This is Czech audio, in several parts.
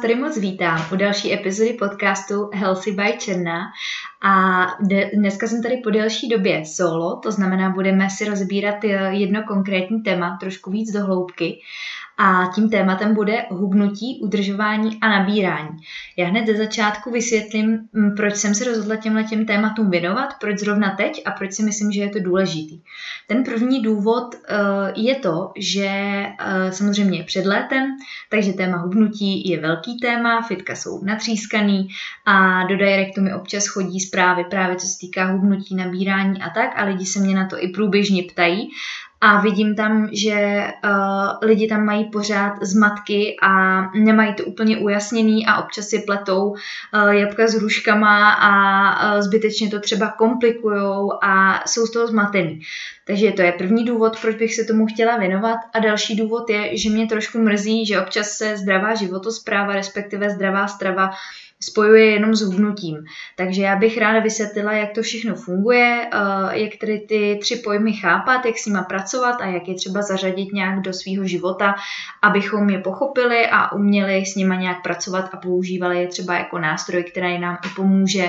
tady moc vítám u další epizody podcastu Healthy by Černá a dneska jsem tady po delší době solo, to znamená, budeme si rozbírat jedno konkrétní téma trošku víc do hloubky a tím tématem bude hubnutí, udržování a nabírání. Já hned ze začátku vysvětlím, proč jsem se rozhodla těmhletěm tématům věnovat, proč zrovna teď a proč si myslím, že je to důležitý. Ten první důvod je to, že samozřejmě je před létem, takže téma hubnutí je velký téma, fitka jsou natřískaný a do directu mi občas chodí zprávy právě co se týká hubnutí, nabírání a tak a lidi se mě na to i průběžně ptají. A vidím tam, že lidi tam mají pořád zmatky a nemají to úplně ujasněný a občas si pletou jablka s hruškama a zbytečně to třeba komplikujou a jsou z toho zmatený. Takže to je první důvod, proč bych se tomu chtěla věnovat. A další důvod je, že mě trošku mrzí, že občas se zdravá životospráva, respektive zdravá strava spojuje jenom s hubnutím. Takže já bych ráda vysvětlila, jak to všechno funguje, jak tedy ty 3 pojmy chápat, jak s nima pracovat a jak je třeba zařadit nějak do svého života, abychom je pochopili a uměli s nima nějak pracovat a používali je třeba jako nástroj, který nám i pomůže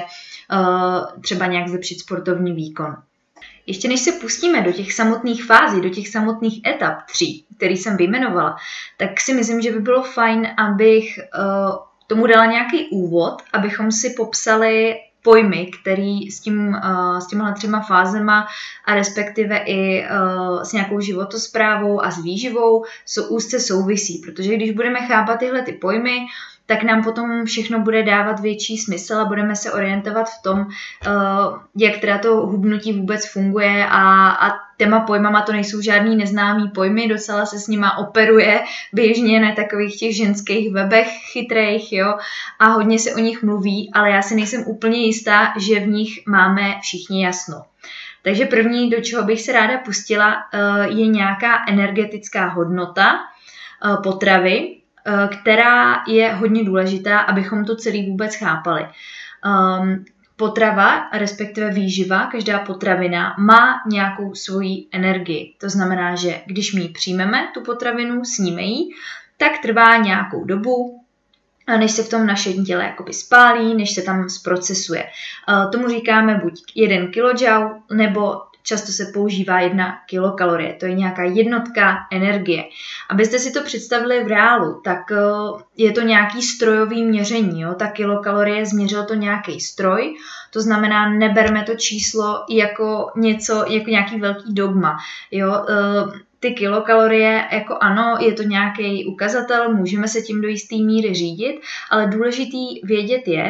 třeba nějak zlepšit sportovní výkon. Ještě než se pustíme do těch samotných fází, do těch samotných etap 3, který jsem vyjmenovala, tak si myslím, že by bylo fajn, abych tomu dala nějaký úvod, abychom si popsali pojmy, který s těma 3 fázema a respektive i s nějakou životosprávou a s výživou úzce souvisí, protože když budeme chápat tyhle ty pojmy, tak nám potom všechno bude dávat větší smysl a budeme se orientovat v tom, jak teda to hubnutí vůbec funguje a těma pojmama to nejsou žádný neznámý pojmy, docela se s nima operuje běžně na takových těch ženských webech chytrejch, jo, a hodně se o nich mluví, ale já si nejsem úplně jistá, že v nich máme všichni jasno. Takže první, do čeho bych se ráda pustila, je nějaká energetická hodnota potravy, která je hodně důležitá, abychom to celý vůbec chápali. Potrava, respektive výživa, každá potravina má nějakou svoji energii. To znamená, že když my ji přijmeme, tu potravinu, sníme ji, tak trvá nějakou dobu, než se v tom našem těle jakoby spálí, než se tam zprocesuje. Tomu říkáme buď 1 kJ, nebo často se používá 1 kilokalorie, to je nějaká jednotka energie. Abyste si to představili v reálu, tak je to nějaký strojový měření. Jo? Ta kilokalorie změřil to nějaký stroj, to znamená, neberme to číslo jako něco, jako nějaký velký dogma. Jo? Ty kilokalorie, jako ano, je to nějaký ukazatel, můžeme se tím do jisté míry řídit, ale důležitý vědět je,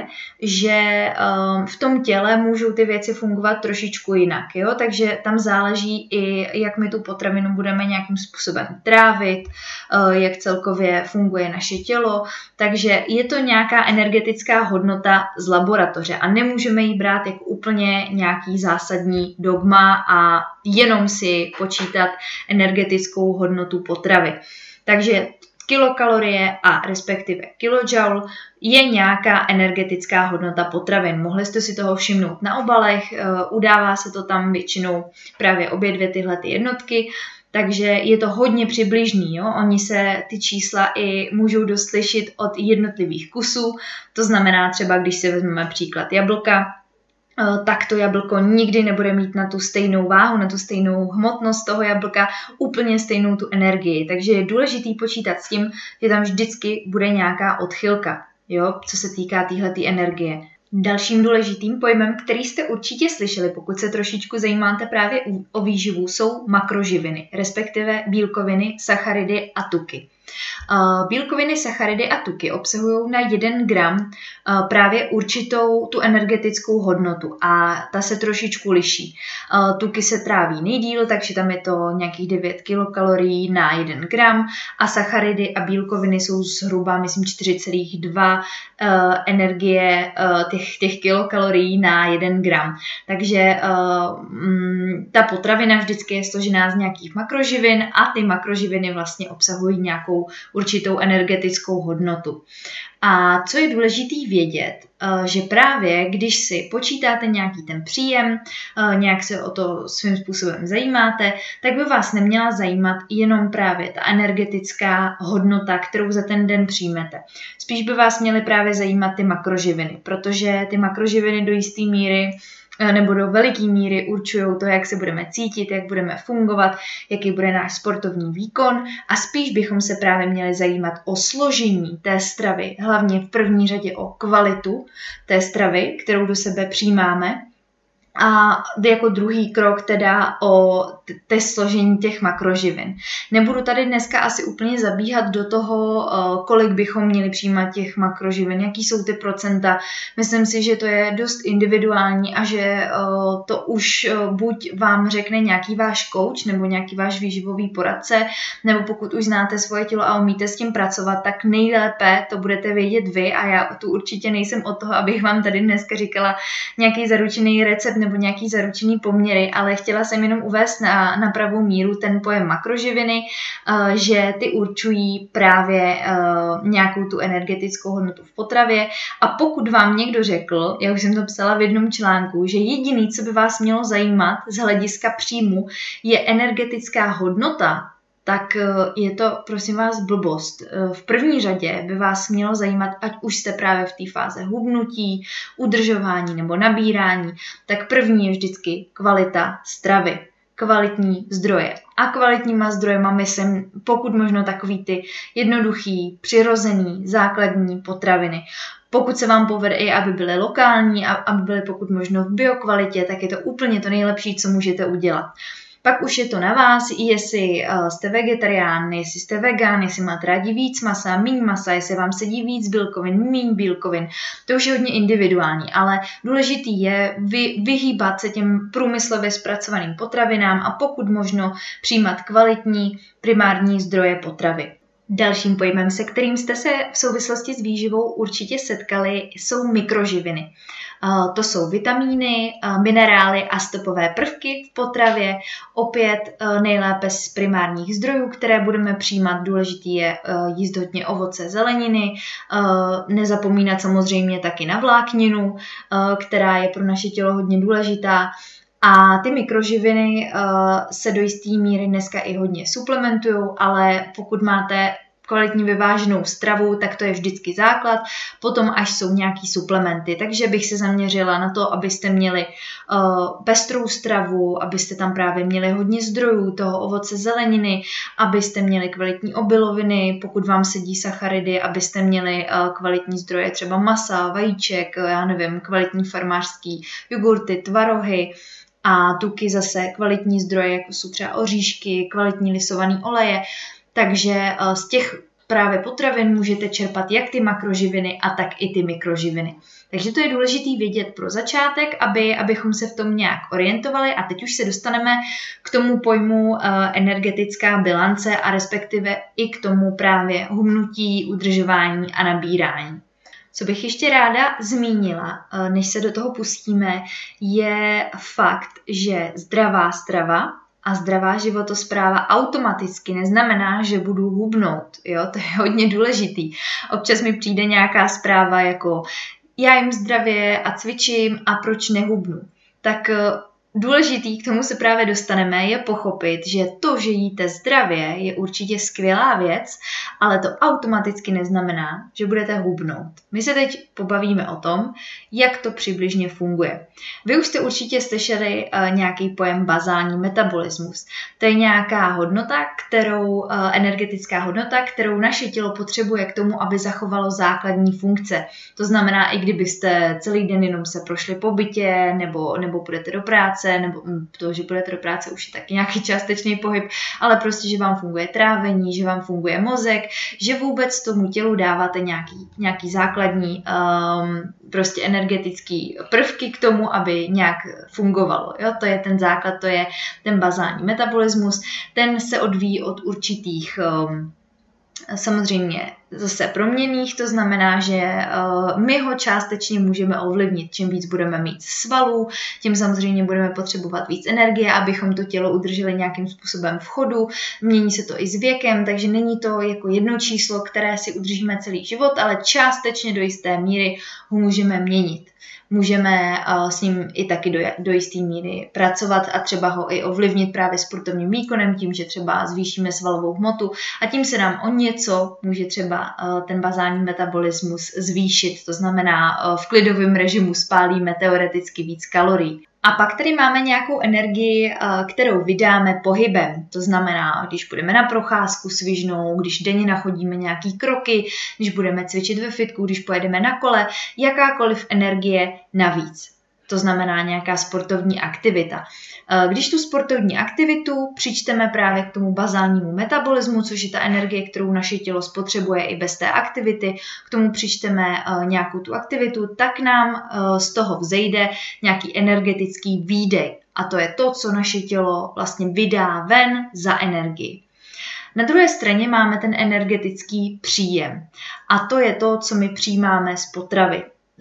že v tom těle můžou ty věci fungovat trošičku jinak, jo? Takže tam záleží i, jak my tu potravinu budeme nějakým způsobem trávit, jak celkově funguje naše tělo, takže je to nějaká energetická hodnota z laboratoře a nemůžeme ji brát jako úplně nějaký zásadní dogma a jenom si počítat energetickou hodnotu potravy. Takže kilokalorie a respektive kilojoule je nějaká energetická hodnota potravin. Mohli jste si toho všimnout na obalech, udává se to tam většinou právě obě 2 tyhle ty jednotky, takže je to hodně přibližný. Jo? Oni se ty čísla i můžou doslyšet od jednotlivých kusů, to znamená třeba, když si vezmeme příklad jablka, tak to jablko nikdy nebude mít na tu stejnou váhu, na tu stejnou hmotnost toho jablka, úplně stejnou tu energii. Takže je důležitý počítat s tím, že tam vždycky bude nějaká odchylka, jo, co se týká téhletý energie. Dalším důležitým pojmem, který jste určitě slyšeli, pokud se trošičku zajímáte právě o výživu, jsou makroživiny, respektive bílkoviny, sacharidy a tuky. Bílkoviny, sacharidy a tuky obsahují na 1 gram právě určitou tu energetickou hodnotu a ta se trošičku liší. Tuky se tráví nejdýl, takže tam je to nějakých 9 kilokalorií na 1 gram a sacharidy a bílkoviny jsou zhruba, myslím, 4,2 energie těch kilokalorií na 1 gram. Takže ta potravina vždycky je složená z nějakých makroživin a ty makroživiny vlastně obsahují nějakou určitou energetickou hodnotu. A co je důležitý vědět, že právě když si počítáte nějaký ten příjem, nějak se o to svým způsobem zajímáte, tak by vás neměla zajímat jenom právě ta energetická hodnota, kterou za ten den přijmete. Spíš by vás měly právě zajímat ty makroživiny, protože ty makroživiny do jisté míry nebo do veliké míry určují to, jak se budeme cítit, jak budeme fungovat, jaký bude náš sportovní výkon a spíš bychom se právě měli zajímat o složení té stravy, hlavně v první řadě o kvalitu té stravy, kterou do sebe přijímáme a jako druhý krok teda o složení těch makroživin. Nebudu tady dneska asi úplně zabíhat do toho, kolik bychom měli přijímat těch makroživin, jaký jsou ty procenta. Myslím si, že to je dost individuální a že to už buď vám řekne nějaký váš coach nebo nějaký váš výživový poradce, nebo pokud už znáte svoje tělo a umíte s tím pracovat, tak nejlépe to budete vědět vy a já tu určitě nejsem od toho, abych vám tady dneska říkala nějaký zaručený recept nebo nějaký zaručený poměry, ale chtěla jsem jenom uvést na pravou míru ten pojem makroživiny, že ty určují právě nějakou tu energetickou hodnotu v potravě a pokud vám někdo řekl, já už jsem to psala v jednom článku, že jediný, co by vás mělo zajímat z hlediska příjmu, je energetická hodnota, tak je to, prosím vás, blbost. V první řadě by vás mělo zajímat, ať už jste právě v té fáze hubnutí, udržování nebo nabírání, tak první je vždycky kvalita stravy, kvalitní zdroje. A kvalitníma zdrojema myslím pokud možno takový ty jednoduchý, přirozený, základní potraviny. Pokud se vám povede i, aby byly lokální a aby byly pokud možno v biokvalitě, tak je to úplně to nejlepší, co můžete udělat. Pak už je to na vás, jestli jste vegetarián, jestli jste vegán, jestli máte rádi víc masa, míň masa, jestli vám sedí víc bílkovin, míň bílkovin. To už je hodně individuální, ale důležitý je vyhýbat se těm průmyslově zpracovaným potravinám a pokud možno přijímat kvalitní primární zdroje potravy. Dalším pojmem, se kterým jste se v souvislosti s výživou určitě setkali, jsou mikroživiny. To jsou vitamíny, minerály a stopové prvky v potravě, opět nejlépe z primárních zdrojů, které budeme přijímat. Důležitý je jíst hodně ovoce, zeleniny, nezapomínat samozřejmě taky na vlákninu, která je pro naše tělo hodně důležitá. A ty mikroživiny se do jisté míry dneska i hodně suplementují, ale pokud máte kvalitní vyváženou stravu, tak to je vždycky základ, potom až jsou nějaký suplementy. Takže bych se zaměřila na to, abyste měli pestrou stravu, abyste tam právě měli hodně zdrojů toho ovoce, zeleniny, abyste měli kvalitní obiloviny, pokud vám sedí sacharidy, abyste měli kvalitní zdroje třeba masa, vajíček, já nevím, kvalitní farmářský jogurty, tvarohy, a tuky zase kvalitní zdroje, jako jsou třeba oříšky, kvalitní lisované oleje. Takže z těch právě potravin můžete čerpat jak ty makroživiny a tak i ty mikroživiny. Takže to je důležitý vědět pro začátek, abychom se v tom nějak orientovali a teď už se dostaneme k tomu pojmu energetická bilance a respektive i k tomu právě hubnutí, udržování a nabírání. Co bych ještě ráda zmínila, než se do toho pustíme, je fakt, že zdravá strava a zdravá životospráva automaticky neznamená, že budu hubnout. Jo? To je hodně důležitý. Občas mi přijde nějaká zpráva jako já jim zdravě a cvičím a proč nehubnu. Tak důležitý, k tomu se právě dostaneme, je pochopit, že to, že jíte zdravě, je určitě skvělá věc, ale to automaticky neznamená, že budete hubnout. My se teď pobavíme o tom, jak to přibližně funguje. Vy už jste určitě slyšeli nějaký pojem bazální metabolismus. To je nějaká hodnota, energetická hodnota, kterou naše tělo potřebuje k tomu, aby zachovalo základní funkce. To znamená, i kdybyste celý den jenom se prošli po bytě, nebo půjdete do práce, nebo to, že půjdete do práce, už je taky nějaký částečný pohyb, ale prostě, že vám funguje trávení, že vám funguje mozek, že vůbec tomu tělu dáváte nějaký základní prostě energetický prvky k tomu, aby nějak fungovalo. Jo? To je ten základ, to je ten bazální metabolismus. Ten se odvíjí od určitých samozřejmě zase proměnných, to znamená, že my ho částečně můžeme ovlivnit. Čím víc budeme mít svalů, tím samozřejmě budeme potřebovat víc energie, abychom to tělo udrželi nějakým způsobem v chodu. Mění se to i s věkem, takže není to jako jedno číslo, které si udržíme celý život, ale částečně do jisté míry ho můžeme měnit. Můžeme s ním i taky do jisté míry pracovat a třeba ho i ovlivnit právě sportovním výkonem, tím, že třeba zvýšíme svalovou hmotu a tím se nám o něco může třeba ten bazální metabolismus zvýšit. To znamená, v klidovém režimu spálíme teoreticky víc kalorií. A pak tady máme nějakou energii, kterou vydáme pohybem. To znamená, když budeme na procházku svižnou, když denně nachodíme nějaký kroky, když budeme cvičit ve fitku, když pojedeme na kole, jakákoliv energie navíc. To znamená nějaká sportovní aktivita. Když tu sportovní aktivitu přičteme právě k tomu bazálnímu metabolismu, což je ta energie, kterou naše tělo spotřebuje i bez té aktivity, k tomu přičteme nějakou tu aktivitu, tak nám z toho vzejde nějaký energetický výdej. A to je to, co naše tělo vlastně vydá ven za energii. Na druhé straně máme ten energetický příjem. A to je to, co my přijímáme z potravy.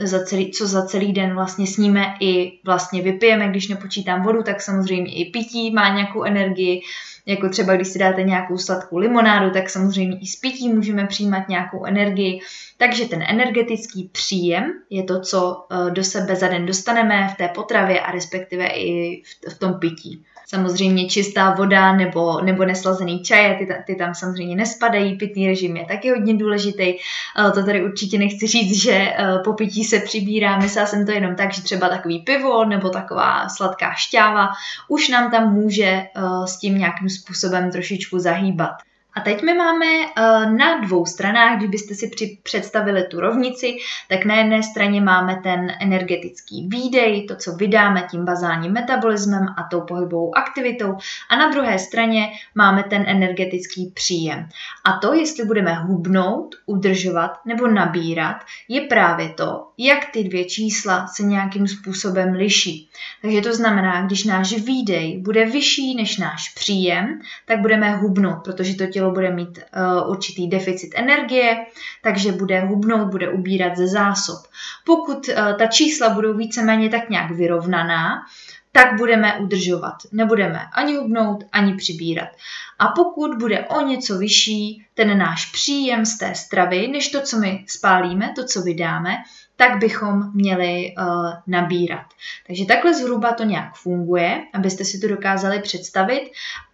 Co za celý den vlastně sníme i vlastně vypijeme, když nepočítám vodu, tak samozřejmě i pití má nějakou energii, jako třeba když si dáte nějakou sladkou limonádu, tak samozřejmě i z pití můžeme přijímat nějakou energii, takže ten energetický příjem je to, co do sebe za den dostaneme v té potravě a respektive i v tom pití. Samozřejmě čistá voda nebo neslazený čaje, ty tam samozřejmě nespadají, pitný režim je taky hodně důležitý. To tady určitě nechci říct, že po pití se přibírá, myslela jsem to jenom tak, že třeba takový pivo nebo taková sladká šťáva už nám tam může s tím nějakým způsobem trošičku zahýbat. A teď my máme na dvou stranách, kdybyste si představili tu rovnici, tak na jedné straně máme ten energetický výdej, to, co vydáme tím bazálním metabolismem a tou pohybovou aktivitou, a na druhé straně máme ten energetický příjem. A to, jestli budeme hubnout, udržovat nebo nabírat, je právě to, jak ty dvě čísla se nějakým způsobem liší. Takže to znamená, když náš výdej bude vyšší než náš příjem, tak budeme hubnout, protože to tělo bude mít určitý deficit energie, takže bude hubnout, bude ubírat ze zásob. Pokud ta čísla budou víceméně tak nějak vyrovnaná, tak budeme udržovat. Nebudeme ani hubnout, ani přibírat. A pokud bude o něco vyšší ten náš příjem z té stravy, než to, co my spálíme, to, co vydáme, tak bychom měli nabírat. Takže takhle zhruba to nějak funguje, abyste si to dokázali představit.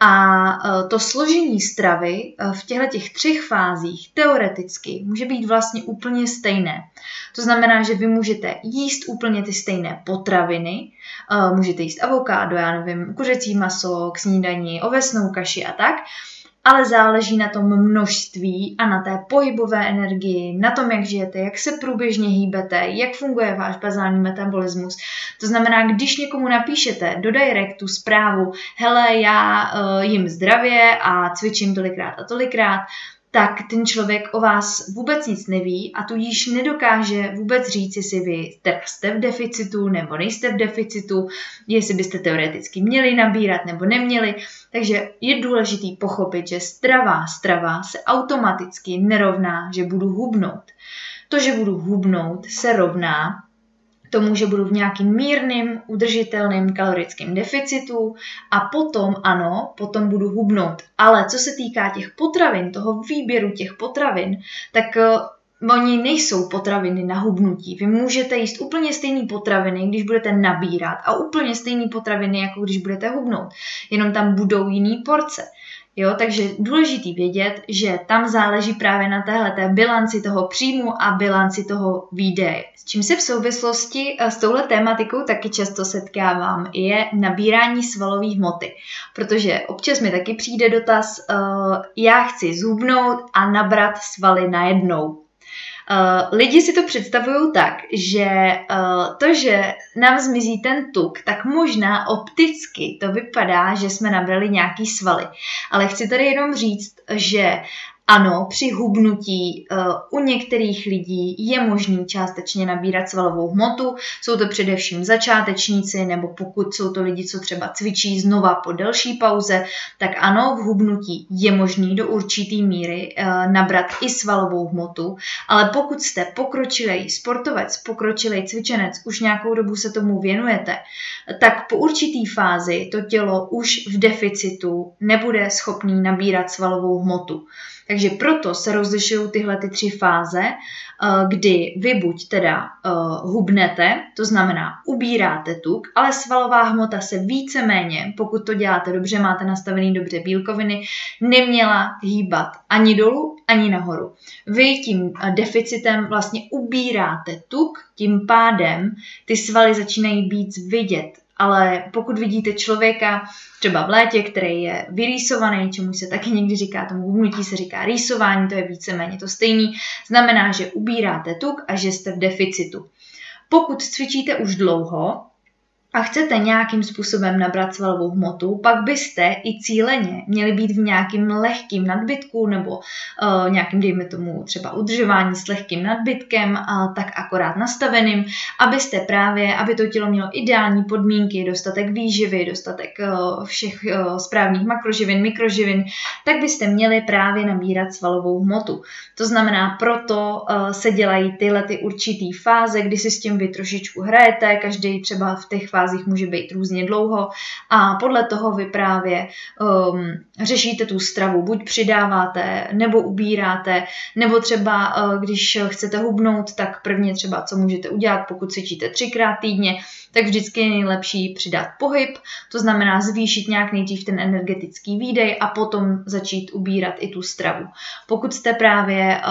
A to složení stravy v těchto třech fázích teoreticky může být vlastně úplně stejné. To znamená, že vy můžete jíst úplně ty stejné potraviny, můžete jíst avokádo, kuřecí maso k snídani, ovesnou kaši a tak, ale záleží na tom množství a na té pohybové energii, na tom, jak žijete, jak se průběžně hýbete, jak funguje váš bazální metabolismus. To znamená, když někomu napíšete do directu zprávu, hele, já jim zdravě a cvičím tolikrát a tolikrát, tak ten člověk o vás vůbec nic neví a tudíž nedokáže vůbec říct, jestli vy jste v deficitu nebo nejste v deficitu, jestli byste teoreticky měli nabírat nebo neměli. Takže je důležitý pochopit, že zdravá strava se automaticky nerovná, že budu hubnout. To, že budu hubnout, se rovná tomu, že budu v nějakým mírným, udržitelným kalorickém deficitu a potom budu hubnout. Ale co se týká těch potravin, toho výběru těch potravin, tak oni nejsou potraviny na hubnutí. Vy můžete jíst úplně stejné potraviny, když budete nabírat a úplně stejné potraviny, jako když budete hubnout. Jenom tam budou jiný porce. Jo, takže důležitý vědět, že tam záleží právě na téhleté bilanci toho příjmu a bilanci toho výdeje. S čím se v souvislosti s touhle tématikou taky často setkávám, je nabírání svalové hmoty. Protože občas mi taky přijde dotaz, já chci zhubnout a nabrat svaly najednou. Lidi si to představují tak, že to, že nám zmizí ten tuk, tak možná opticky to vypadá, že jsme nabrali nějaký svaly. Ale chci tady jenom říct, že Ano, při hubnutí u některých lidí je možný částečně nabírat svalovou hmotu, jsou to především začátečníci, nebo pokud jsou to lidi, co třeba cvičí znova po delší pauze, tak ano, v hubnutí je možný do určitý míry nabrat i svalovou hmotu, ale pokud jste pokročilej sportovec, pokročilej cvičenec, už nějakou dobu se tomu věnujete, tak po určitý fázi to tělo už v deficitu nebude schopný nabírat svalovou hmotu. Takže proto se rozlišují tyhle 3 fáze, kdy vy buď teda hubnete, to znamená ubíráte tuk, ale svalová hmota se víceméně, pokud to děláte dobře, máte nastavený dobře bílkoviny, neměla hýbat ani dolů, ani nahoru. Vy tím deficitem vlastně ubíráte tuk, tím pádem ty svaly začínají být vidět. Ale pokud vidíte člověka třeba v létě, který je vyrýsovaný, čemu se taky někdy říká, tomu hubnutí se říká rýsování, to je víceméně to stejný, znamená, že ubíráte tuk a že jste v deficitu. Pokud cvičíte už dlouho a chcete nějakým způsobem nabrat svalovou hmotu, pak byste i cíleně měli být v nějakým lehkým nadbytku nebo nějakým, dejme tomu, třeba udržování s lehkým nadbytkem, tak akorát nastaveným, abyste právě, aby to tělo mělo ideální podmínky, dostatek výživy, dostatek všech správných makroživin, mikroživin, tak byste měli právě nabírat svalovou hmotu. To znamená, proto se dělají tyhle ty určitý fáze, kdy si s tím vy trošičku hrajete, každý třeba v těch fázích může být různě dlouho a podle toho vy právě řešíte tu stravu, buď přidáváte, nebo ubíráte, nebo třeba když chcete hubnout, tak prvně třeba co můžete udělat, pokud cvičíte 3krát týdně, tak vždycky je nejlepší přidat pohyb, to znamená zvýšit nějak nejdřív ten energetický výdej a potom začít ubírat i tu stravu. Pokud jste právě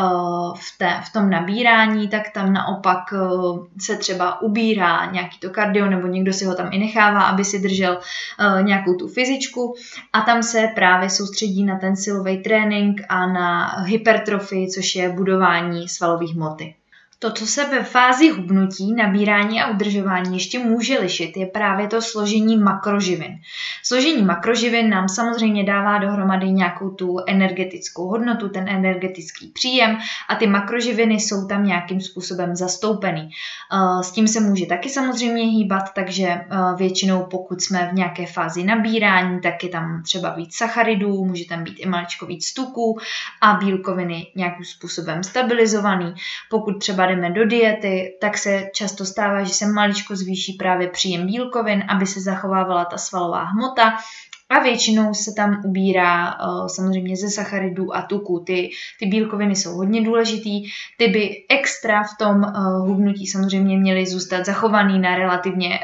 v tom nabírání, tak tam naopak se třeba ubírá nějaký to kardio, nebo někdo si ho tam i nechává, aby si držel nějakou tu fyzičku a tam se právě soustředí na ten silový trénink a na hypertrofii, což je budování svalové hmoty. To, co se ve fázi hubnutí, nabírání a udržování ještě může lišit, je právě to složení makroživin. Složení makroživin nám samozřejmě dává dohromady nějakou tu energetickou hodnotu, ten energetický příjem a ty makroživiny jsou tam nějakým způsobem zastoupený. S tím se může taky samozřejmě hýbat, takže většinou pokud jsme v nějaké fázi nabírání, tak je tam třeba víc sacharidů, může tam být i maličko víc tuků a bílkoviny nějakým způsobem stabilizovaný. Pokud třeba jdeme do diety, tak se často stává, že se maličko zvýší právě příjem bílkovin, aby se zachovávala ta svalová hmota a většinou se tam ubírá samozřejmě ze sacharidů a tuků. Ty bílkoviny jsou hodně důležitý, ty by extra v tom hubnutí samozřejmě měly zůstat zachovaný na relativně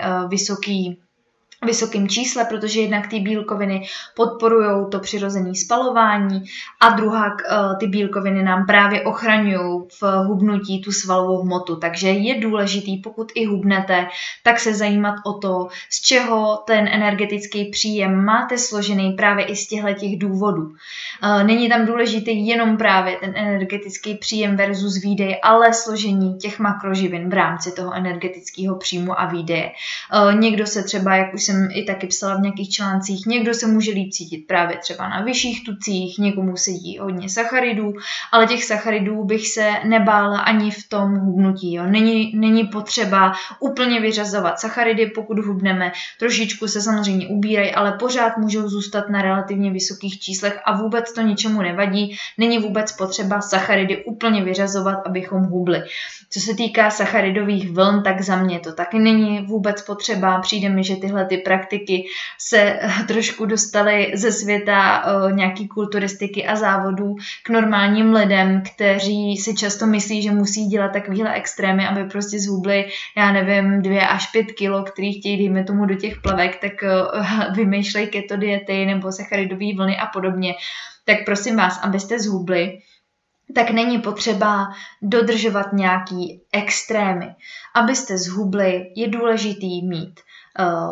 vysokým čísle, protože jednak ty bílkoviny podporují to přirozené spalování a druhá ty bílkoviny nám právě ochraňují v hubnutí tu svalovou hmotu. Takže je důležitý, pokud i hubnete, tak se zajímat o to, z čeho ten energetický příjem máte složený právě i z těchto důvodů. Není tam důležitý jenom právě ten energetický příjem versus výdej, ale složení těch makroživin v rámci toho energetického příjmu a výdeje. Někdo se třeba, jak už jsem i taky psala v nějakých článcích, někdo se může líp cítit právě třeba na vyšších tucích, někomu sedí hodně sacharidů, ale těch sacharidů bych se nebála ani v tom hubnutí. Jo. Není potřeba úplně vyřazovat sacharidy, pokud hubneme, trošičku se samozřejmě ubírají, ale pořád můžou zůstat na relativně vysokých číslech a vůbec to ničemu nevadí, není vůbec potřeba sacharidy úplně vyřazovat, abychom hubli. Co se týká sacharidových vln, tak za mě to taky není vůbec potřeba. Přijde mi, že tyhle ty praktiky se trošku dostaly ze světa nějaký kulturistiky a závodů k normálním lidem, kteří si často myslí, že musí dělat takovýhle extrémy, aby prostě zhubli, 2 až 5 kilo, který chtějí, dejme tomu, do těch plavek, tak vymýšlej keto diety nebo sacharidové vlny a podobně. Tak prosím vás, abyste zhubli, tak není potřeba dodržovat nějaký extrémy. Abyste zhubli, je důležitý mít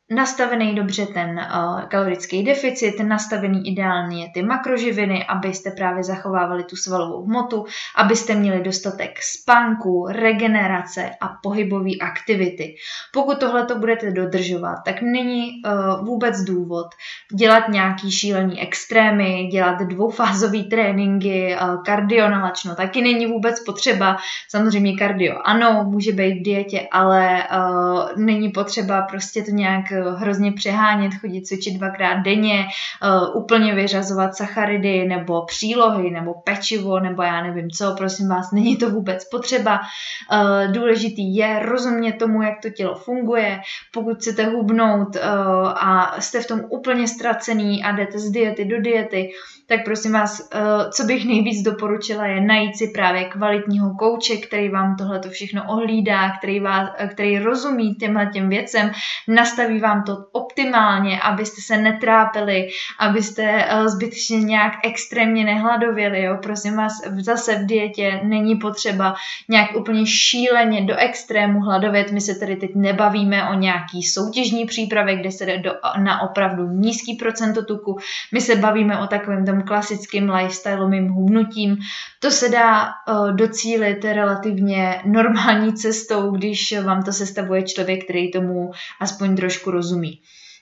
nastavený dobře ten kalorický deficit, nastavený ideálně ty makroživiny, abyste právě zachovávali tu svalovou hmotu, abyste měli dostatek spánku, regenerace a pohybové aktivity. Pokud tohleto budete dodržovat, tak není vůbec důvod dělat nějaký šílený extrémy, dělat dvoufázový tréninky, kardio nalačno taky není vůbec potřeba. Samozřejmě kardio ano, může být v dietě, ale není potřeba prostě to nějak hrozně přehánět, chodit cvičit 2krát denně, úplně vyřazovat sacharidy nebo přílohy nebo pečivo nebo já nevím co, prosím vás, není to vůbec potřeba. Důležitý je rozumět tomu, jak to tělo funguje. Pokud chcete hubnout a jste v tom úplně ztracený a jdete z diety do diety, tak prosím vás, co bych nejvíc doporučila, je najít si právě kvalitního kouče, který vám tohleto všechno ohlídá, který rozumí těm věcem, nastaví vám to optimálně, abyste se netrápili, abyste zbytečně nějak extrémně nehladověli. Jo? Prosím vás, zase v dietě není potřeba nějak úplně šíleně do extrému hladovět. My se tady teď nebavíme o nějaký soutěžní přípravě, kde se jde na opravdu nízký procento tuku. My se bavíme o takovém tom klasickým lifestyleovým hubnutím. To se dá docílit relativně normální cestou, když vám to sestavuje člověk, který tomu aspoň trošku rozumí.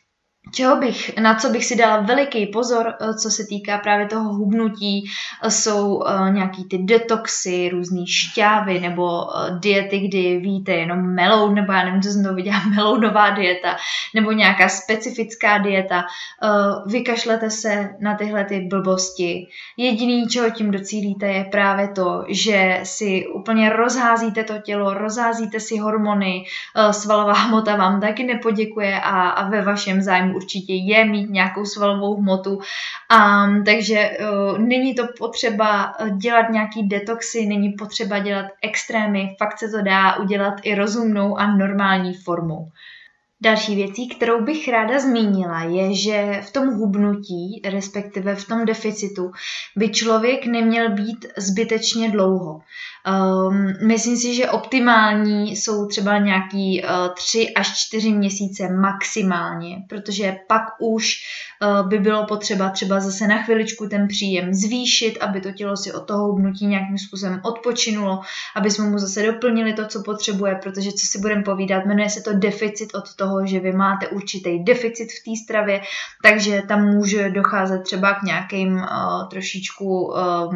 Na co bych si dala veliký pozor, co se týká právě toho hubnutí, jsou nějaký ty detoxy, různý šťávy nebo diety, kdy víte jenom meloun, nebo já nevím, co jsem to viděla, melounová dieta, nebo nějaká specifická dieta. Vykašlete se na tyhle ty blbosti. Jediný, čeho tím docílíte, je právě to, že si úplně rozházíte to tělo, rozházíte si hormony, svalová hmota vám taky nepoděkuje a ve vašem zájmu určitě je mít nějakou svalovou hmotu. Takže není to potřeba dělat nějaký detoxy, není potřeba dělat extrémy, fakt se to dá udělat i rozumnou a normální formou. Další věcí, kterou bych ráda zmínila, je, že v tom hubnutí, respektive v tom deficitu, by člověk neměl být zbytečně dlouho. Myslím si, že optimální jsou třeba nějaký 3 až 4 měsíce maximálně, protože pak už by bylo potřeba třeba zase na chviličku ten příjem zvýšit, aby to tělo si od toho hubnutí nějakým způsobem odpočinulo, aby jsme mu zase doplnili to, co potřebuje, protože co si budeme povídat, jmenuje se to deficit od toho, že vy máte určitý deficit v té stravě, takže tam může docházet třeba k nějakým trošičku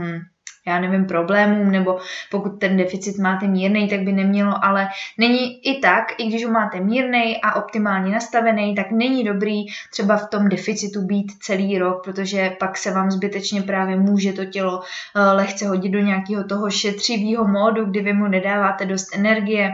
já nevím, problémům, nebo pokud ten deficit máte mírnej, tak by nemělo, ale není i tak, i když ho máte mírnej a optimálně nastavený, tak není dobrý třeba v tom deficitu být celý rok, protože pak se vám zbytečně právě může to tělo lehce hodit do nějakého toho šetřivého módu, kdy vy mu nedáváte dost energie,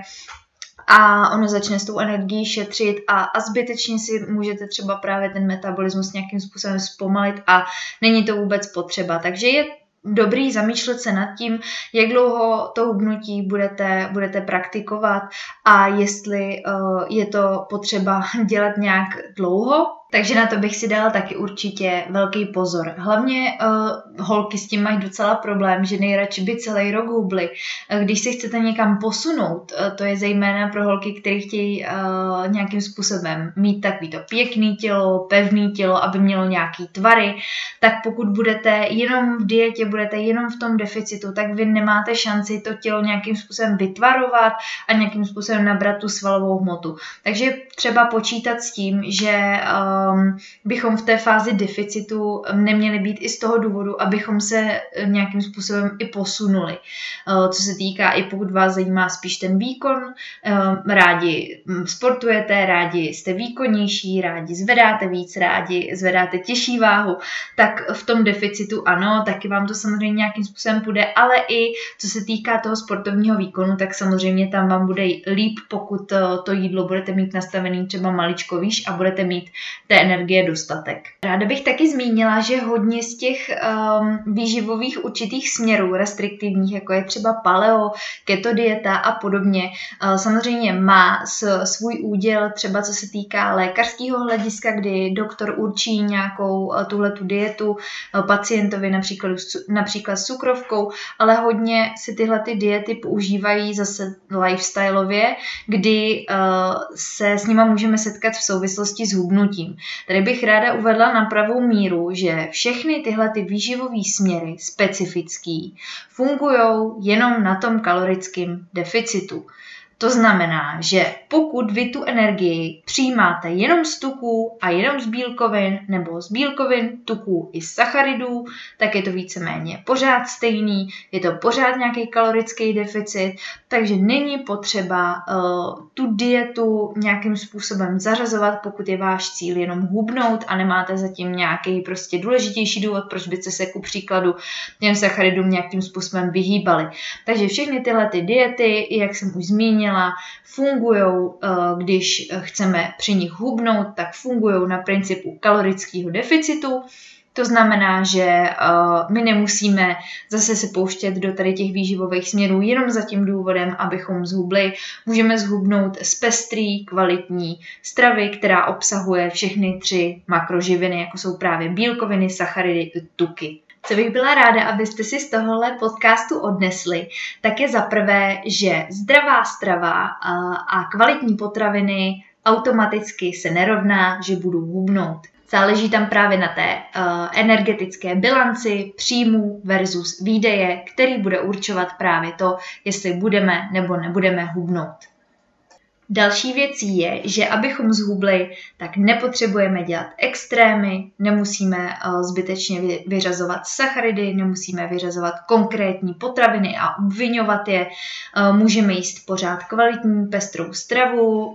a ono začne s tou energií šetřit a zbytečně si můžete třeba právě ten metabolismus nějakým způsobem zpomalit a není to vůbec potřeba. Takže je dobrý zamýšlet se nad tím, jak dlouho to hubnutí budete praktikovat a jestli je to potřeba dělat nějak dlouho. Takže na to bych si dala taky určitě velký pozor. Hlavně holky s tím mají docela problém, že nejradši by celý rok hubly. Když se chcete někam posunout, to je zejména pro holky, které chtějí nějakým způsobem mít takovýto pěkný tělo, pevný tělo, aby mělo nějaký tvary, tak pokud budete jenom v dietě, budete jenom v tom deficitu, tak vy nemáte šanci to tělo nějakým způsobem vytvarovat a nějakým způsobem nabrat tu svalovou hmotu. Takže třeba počítat s tím, že bychom v té fázi deficitu neměli být i z toho důvodu, abychom se nějakým způsobem i posunuli. Co se týká, i pokud vás zajímá spíš ten výkon, rádi sportujete, rádi jste výkonnější, rádi zvedáte víc, rádi zvedáte těžší váhu, tak v tom deficitu ano, taky vám to samozřejmě nějakým způsobem půjde, ale i co se týká toho sportovního výkonu, tak samozřejmě tam vám bude líp, pokud to jídlo budete mít nastavený třeba maličko výš a budete mít té energie dostatek. Ráda bych taky zmínila, že hodně z těch výživových určitých směrů restriktivních, jako je třeba paleo, keto dieta a podobně, samozřejmě má svůj úděl, třeba co se týká lékařského hlediska, kdy doktor určí nějakou tuhletu dietu pacientovi například s cukrovkou, ale hodně si tyhle ty diety používají zase lifestyleově, kdy se s nima můžeme setkat v souvislosti s hubnutím. Tady bych ráda uvedla na pravou míru, že všechny tyhle ty výživové směry specifický fungují jenom na tom kalorickém deficitu. To znamená, že pokud vy tu energii přijímáte jenom z tuků a jenom z bílkovin nebo z bílkovin, tuků i z sacharidů, tak je to víceméně pořád stejný, je to pořád nějaký kalorický deficit, takže není potřeba tu dietu nějakým způsobem zařazovat, pokud je váš cíl jenom hubnout a nemáte zatím nějaký prostě důležitější důvod, proč byste se ku příkladu těm sacharidům nějakým způsobem vyhýbali. Takže všechny tyhle ty diety, jak jsem už zmínila, fungujou, když chceme při nich hubnout, tak fungují na principu kalorického deficitu. To znamená, že my nemusíme zase se pouštět do tady těch výživových směrů jenom za tím důvodem, abychom zhubli. Můžeme zhubnout z pestrý, kvalitní stravy, která obsahuje všechny 3 makroživiny, jako jsou právě bílkoviny, sacharidy i tuky. Co bych byla ráda, abyste si z tohohle podcastu odnesli, tak je za prvé, že zdravá strava a kvalitní potraviny automaticky se nerovná, že budu hubnout. Záleží tam právě na té energetické bilanci příjmů versus výdeje, který bude určovat právě to, jestli budeme nebo nebudeme hubnout. Další věcí je, že abychom zhubli, tak nepotřebujeme dělat extrémy, nemusíme zbytečně vyřazovat sacharidy, nemusíme vyřazovat konkrétní potraviny a obviňovat je. Můžeme jíst pořád kvalitní, pestrou stravu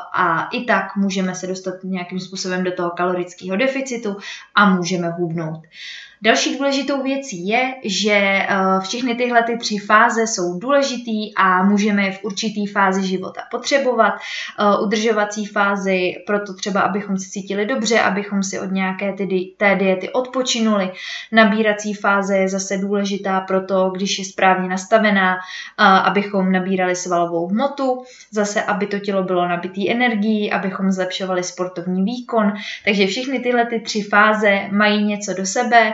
a i tak můžeme se dostat nějakým způsobem do toho kalorického deficitu a můžeme hubnout. Další důležitou věcí je, že všechny tyhle 3 fáze jsou důležitý a můžeme je v určitý fázi života potřebovat. Udržovací fázi, proto třeba, abychom se cítili dobře, abychom si od nějaké té diety odpočinuli. Nabírací fáze je zase důležitá proto, když je správně nastavená, abychom nabírali svalovou hmotu, zase, aby to tělo bylo nabitý energií, abychom zlepšovali sportovní výkon. Takže všechny tyhle 3 fáze mají něco do sebe.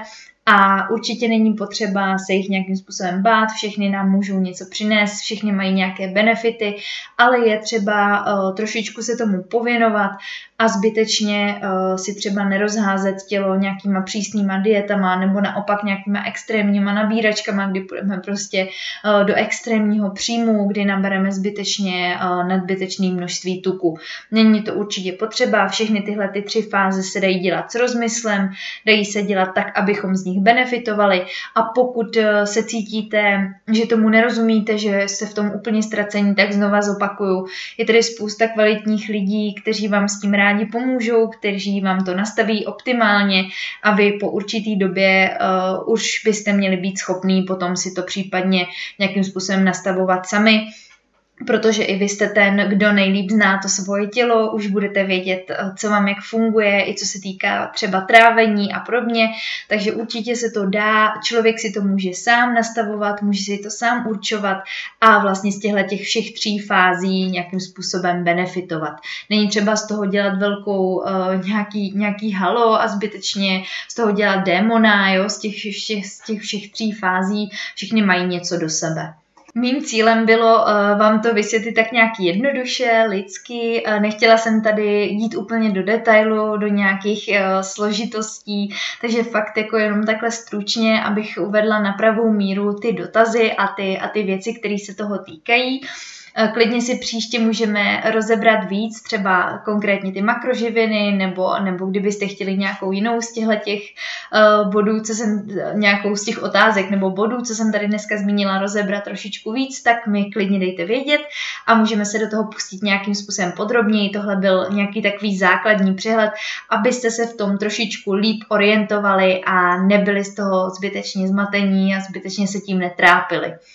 A určitě není potřeba se jich nějakým způsobem bát, všechny nám můžou něco přinést, všechny mají nějaké benefity, ale je třeba trošičku se tomu pověnovat a zbytečně si třeba nerozházet tělo nějakýma přísnýma dietama nebo naopak nějakýma extrémníma nabíračkama, kdy půjdeme prostě do extrémního příjmu, kdy nabereme zbytečně nadbytečné množství tuku. Není to určitě potřeba, všechny tyhle 3 fáze se dají dělat s rozmyslem, dají se dělat tak, abychom z nich benefitovali a pokud se cítíte, že tomu nerozumíte, že jste v tom úplně ztracení, tak znova zopakuju. Je tady spousta kvalitních lidí, kteří vám s tím rádi pomůžou, kteří vám to nastaví optimálně a vy po určitý době už byste měli být schopní potom si to případně nějakým způsobem nastavovat sami. Protože i vy jste ten, kdo nejlíp zná to svoje tělo, už budete vědět, co vám jak funguje, i co se týká třeba trávení a podobně, takže určitě se to dá, člověk si to může sám nastavovat, může si to sám určovat a vlastně z těch všech 3 fází nějakým způsobem benefitovat. Není třeba z toho dělat velkou nějaký halo a zbytečně z toho dělat démona, jo? Z těch všech 3 fází všichni mají něco do sebe. Mým cílem bylo vám to vysvětlit tak nějak jednoduše, lidsky. Nechtěla jsem tady jít úplně do detailu, do nějakých složitostí, takže fakt jako jenom takhle stručně, abych uvedla na pravou míru ty dotazy a ty věci, které se toho týkají. Klidně si příště můžeme rozebrat víc, třeba konkrétně ty makroživiny, nebo kdybyste chtěli nějakou jinou z těch bodů, nějakou z těch otázek nebo bodů, co jsem tady dneska zmínila, rozebrat trošičku víc, tak mi klidně dejte vědět a můžeme se do toho pustit nějakým způsobem podrobněji. Tohle byl nějaký takový základní přehled, abyste se v tom trošičku líp orientovali a nebyli z toho zbytečně zmatení a zbytečně se tím netrápili.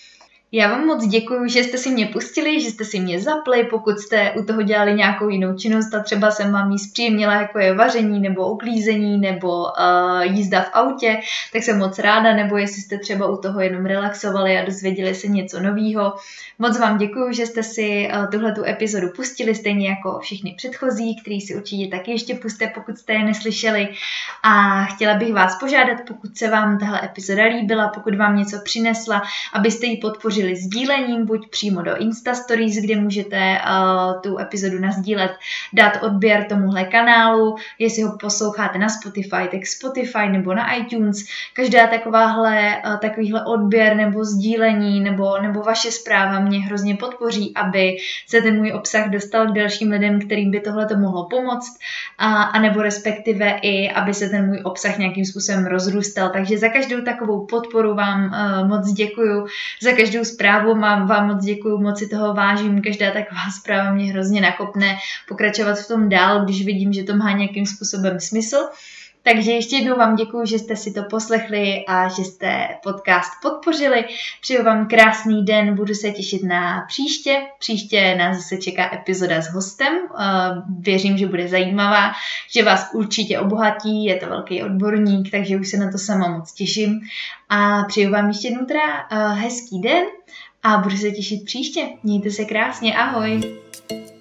Já vám moc děkuju, že jste si mě pustili, že jste si mě zapli, pokud jste u toho dělali nějakou jinou činnost a třeba jsem vám ji zpříjemnila, jako je vaření nebo uklízení nebo jízda v autě, tak jsem moc ráda, nebo jestli jste třeba u toho jenom relaxovali a dozvěděli se něco novýho. Moc vám děkuju, že jste si tuhletu epizodu pustili, stejně jako všechny předchozí, který si určitě taky ještě puste, pokud jste je neslyšeli. A chtěla bych vás požádat, pokud se vám tahle epizoda líbila, pokud vám něco přinesla, abyste ji podpořili sdílením, buď přímo do Insta Stories, kde můžete tu epizodu nasdílet, dát odběr tomuhle kanálu, jestli ho posloucháte na Spotify, tak Spotify nebo na iTunes. Každá takovýhle odběr nebo sdílení nebo vaše zpráva mě hrozně podpoří, aby se ten můj obsah dostal k dalším lidem, kterým by tohle to mohlo pomoct, a nebo respektive i, aby se ten můj obsah nějakým způsobem rozrůstal. Takže za každou takovou podporu vám moc děkuju, za každou zprávu vám moc děkuju, moc si toho vážím, každá taková zpráva mě hrozně nakopne pokračovat v tom dál, když vidím, že to má nějakým způsobem smysl. Takže ještě jednou vám děkuju, že jste si to poslechli a že jste podcast podpořili. Přeju vám krásný den, budu se těšit na příště. Příště nás zase čeká epizoda s hostem. Věřím, že bude zajímavá, že vás určitě obohatí, je to velký odborník, takže už se na to sama moc těším. A přeju vám ještě jednou hezký den a budu se těšit příště. Mějte se krásně, ahoj!